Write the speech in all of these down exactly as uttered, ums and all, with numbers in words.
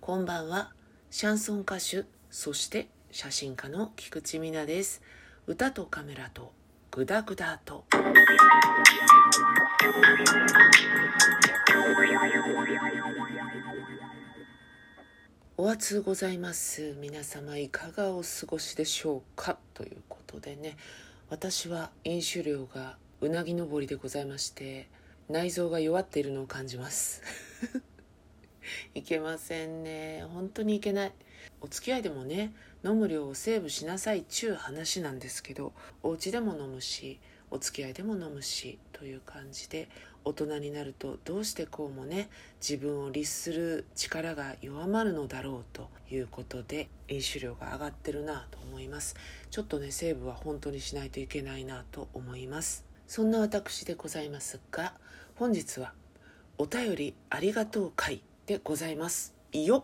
こんばんは。シャンソン歌手、そして写真家の菊池美奈です。歌とカメラとグダグダと。お暑うございます。皆様いかがお過ごしでしょうかということでね、私は飲酒量がうなぎ登りでございまして、内臓が弱っているのを感じますいけませんね。本当にいけない。お付き合いでもね、飲む量をセーブしなさいっちゅう話なんですけど、お家でも飲むし、お付き合いでも飲むしという感じで、大人になるとどうしてこうもね、自分を律する力が弱まるのだろうということで、飲酒量が上がってるなと思います。ちょっとね、セーブは本当にしないといけないなと思います。そんな私でございますが、本日はお便りありがとう会でございますよ。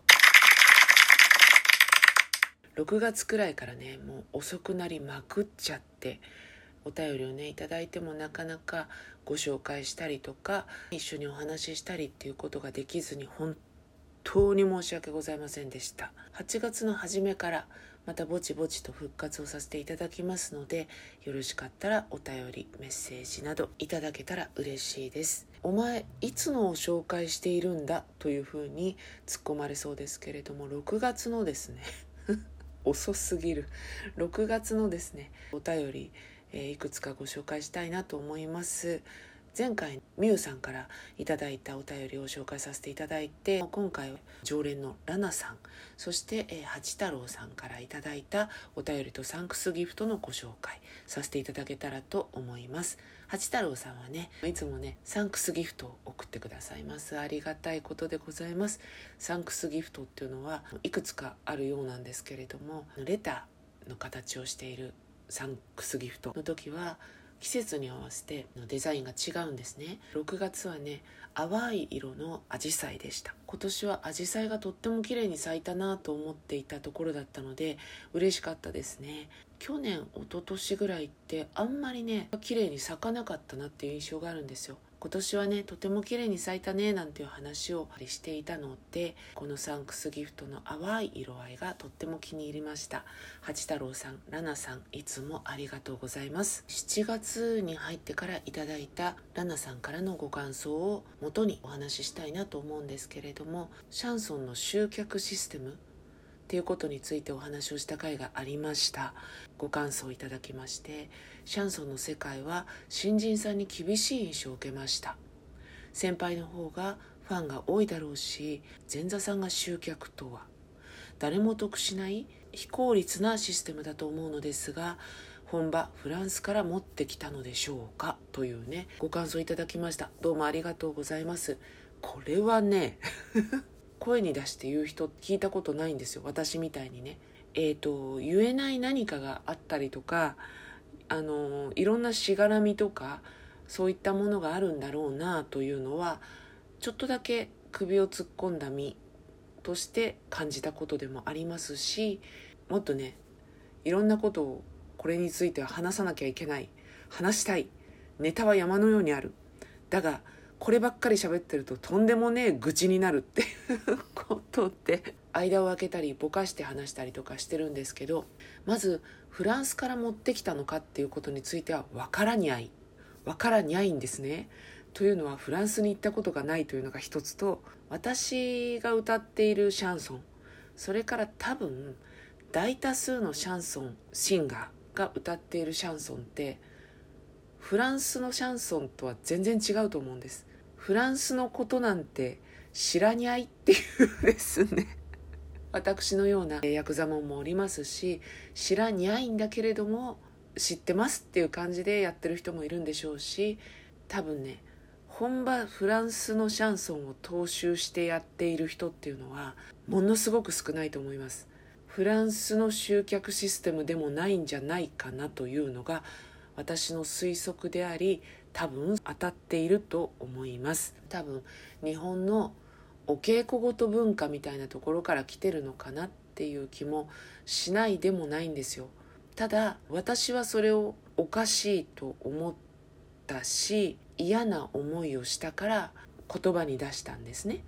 ろくがつくらいからね、もう遅くなりまくっちゃって、お便りをねいただいてもなかなかご紹介したりとか一緒にお話ししたりっていうことができずに、本当に申し訳ございませんでした。はちがつの初めからまたぼちぼちと復活をさせていただきますので、よろしかったらお便りメッセージなどいただけたら嬉しいです。お前いつのを紹介しているんだというふうに突っ込まれそうですけれども、ろくがつのですね遅すぎるろくがつのですねお便り、えー、いくつかご紹介したいなと思います。前回みゆさんからいただいたお便りを紹介させていただいて、今回は常連のラナさん、そして、えー、八太郎さんからいただいたお便りとサンクスギフトのご紹介させていただけたらと思います。八太郎さんはね、いつもねサンクスギフトを送ってくださいます。ありがたいことでございます。サンクスギフトっていうのはいくつかあるようなんですけれども、レターの形をしているサンクスギフトの時は季節に合わせてデザインが違うんですね。ろくがつはね、淡い色のアジサイでした。今年はアジサイがとっても綺麗に咲いたなと思っていたところだったので嬉しかったですね。去年一昨年ぐらいってあんまりね綺麗に咲かなかったなっていう印象があるんですよ。今年はねとても綺麗に咲いたねなんていう話をしていたので、このサンクスギフトの淡い色合いがとっても気に入りました。八太郎さん、ラナさん、いつもありがとうございます。しちがつに入ってからいただいたラナさんからのご感想を元にお話ししたいなと思うんですけれども、シャンソンの集客システムっていうことについてお話をした回がありました。ご感想いただきまして、シャンソンの世界は新人さんに厳しい印象を受けました。先輩の方がファンが多いだろうし、前座さんが集客とは誰も得しない非効率なシステムだと思うのですが、本場フランスから持ってきたのでしょうかというねご感想いただきました。どうもありがとうございます。これはね声に出して言う人聞いたことないんですよ、私みたいにね。えーと言えない何かがあったりとか、あのいろんなしがらみとかそういったものがあるんだろうなというのはちょっとだけ首を突っ込んだ身として感じたことでもありますし、もっとねいろんなことをこれについては話さなきゃいけない、話したい、ネタは山のようにある、だがこればっかり喋ってるととんでもねえ愚痴になるっていうことで間を空けたりぼかして話したりとかしてるんですけど、まずフランスから持ってきたのかっていうことについてはわからにゃいわからにゃいんですね。というのはフランスに行ったことがないというのが一つと、私が歌っているシャンソン、それから多分大多数のシャンソンシンガーが歌っているシャンソンってフランスのシャンソンとは全然違うと思うんです。フランスのことなんて知らにゃいっていうですね私のようなヤクザモンもおりますし、知らにゃいんだけれども知ってますっていう感じでやってる人もいるんでしょうし、多分ね本場フランスのシャンソンを踏襲してやっている人っていうのはものすごく少ないと思います。フランスの集客システムでもないんじゃないかなというのが私の推測であり、多分当たっていると思います。多分日本のお稽古事文化みたいなところから来てるのかなっていう気もしないでもないんですよ。ただ私はそれをおかしいと思ったし、嫌な思いをしたから言葉に出したんですね。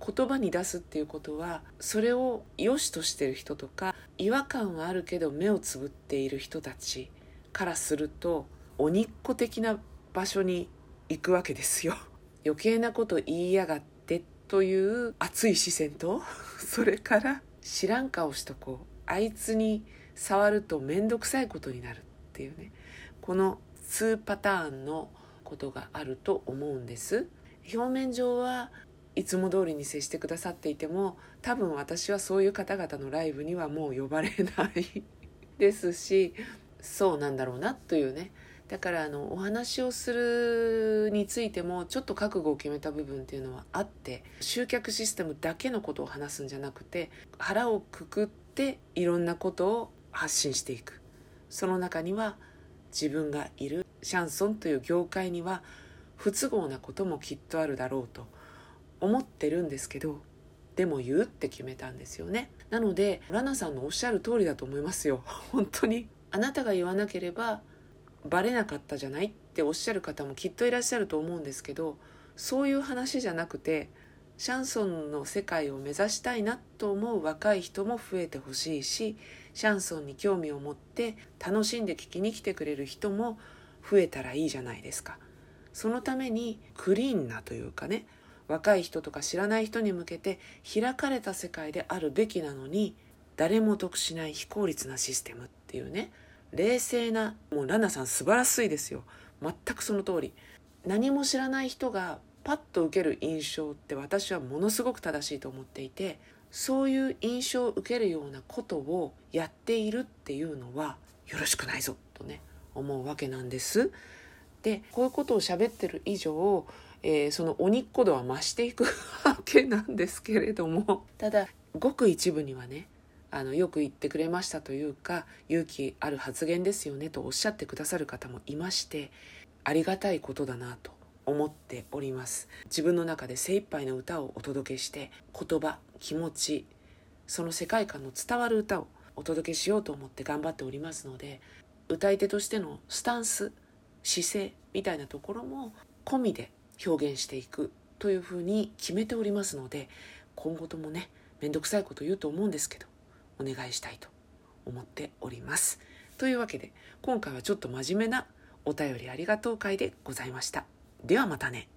言葉に出すっていうことは、それを良しとしてる人とか違和感はあるけど目をつぶっている人たちからすると鬼っ子的な場所に行くわけですよ。余計なこと言いやがってという熱い視線とそれから知らん顔しとこう、あいつに触るとめんどくさいことになるっていうね、このにパターンのことがあると思うんです。表面上はいつも通りに接してくださっていても、多分私はそういう方々のライブにはもう呼ばれないですし、そうなんだろうなというね。だからあのお話をするについてもちょっと覚悟を決めた部分っていうのはあって、集客システムだけのことを話すんじゃなくて、腹をくくっていろんなことを発信していく。その中には自分がいるシャンソンという業界には不都合なこともきっとあるだろうと思ってるんですけど、でも言うって決めたんですよね。なのでラナさんのおっしゃる通りだと思いますよ。本当にあなたが言わなければバレなかったじゃないっておっしゃる方もきっといらっしゃると思うんですけど、そういう話じゃなくて、シャンソンの世界を目指したいなと思う若い人も増えてほしいし、シャンソンに興味を持って楽しんで聞きに来てくれる人も増えたらいいじゃないですか。そのためにクリーンなというかね、若い人とか知らない人に向けて開かれた世界であるべきなのに、誰も得しない非効率なシステムっていうね、冷静な、もうラナさん素晴らしいですよ。全くその通り。何も知らない人がパッと受ける印象って私はものすごく正しいと思っていて、そういう印象を受けるようなことをやっているっていうのはよろしくないぞとね思うわけなんです。でこういうことを喋ってる以上、えー、その鬼っ子度は増していくわけなんですけれども、ただごく一部にはね、あのよく言ってくれましたというか、勇気ある発言ですよねとおっしゃってくださる方もいまして、ありがたいことだなと思っております。自分の中で精一杯の歌をお届けして、言葉、気持ち、その世界観の伝わる歌をお届けしようと思って頑張っておりますので、歌い手としてのスタンス、姿勢みたいなところも込みで表現していくというふうに決めておりますので、今後ともね、めんどくさいこと言うと思うんですけど、お願いしたいと思っております。というわけで今回はちょっと真面目なお便りありがとう会でございました。ではまたね。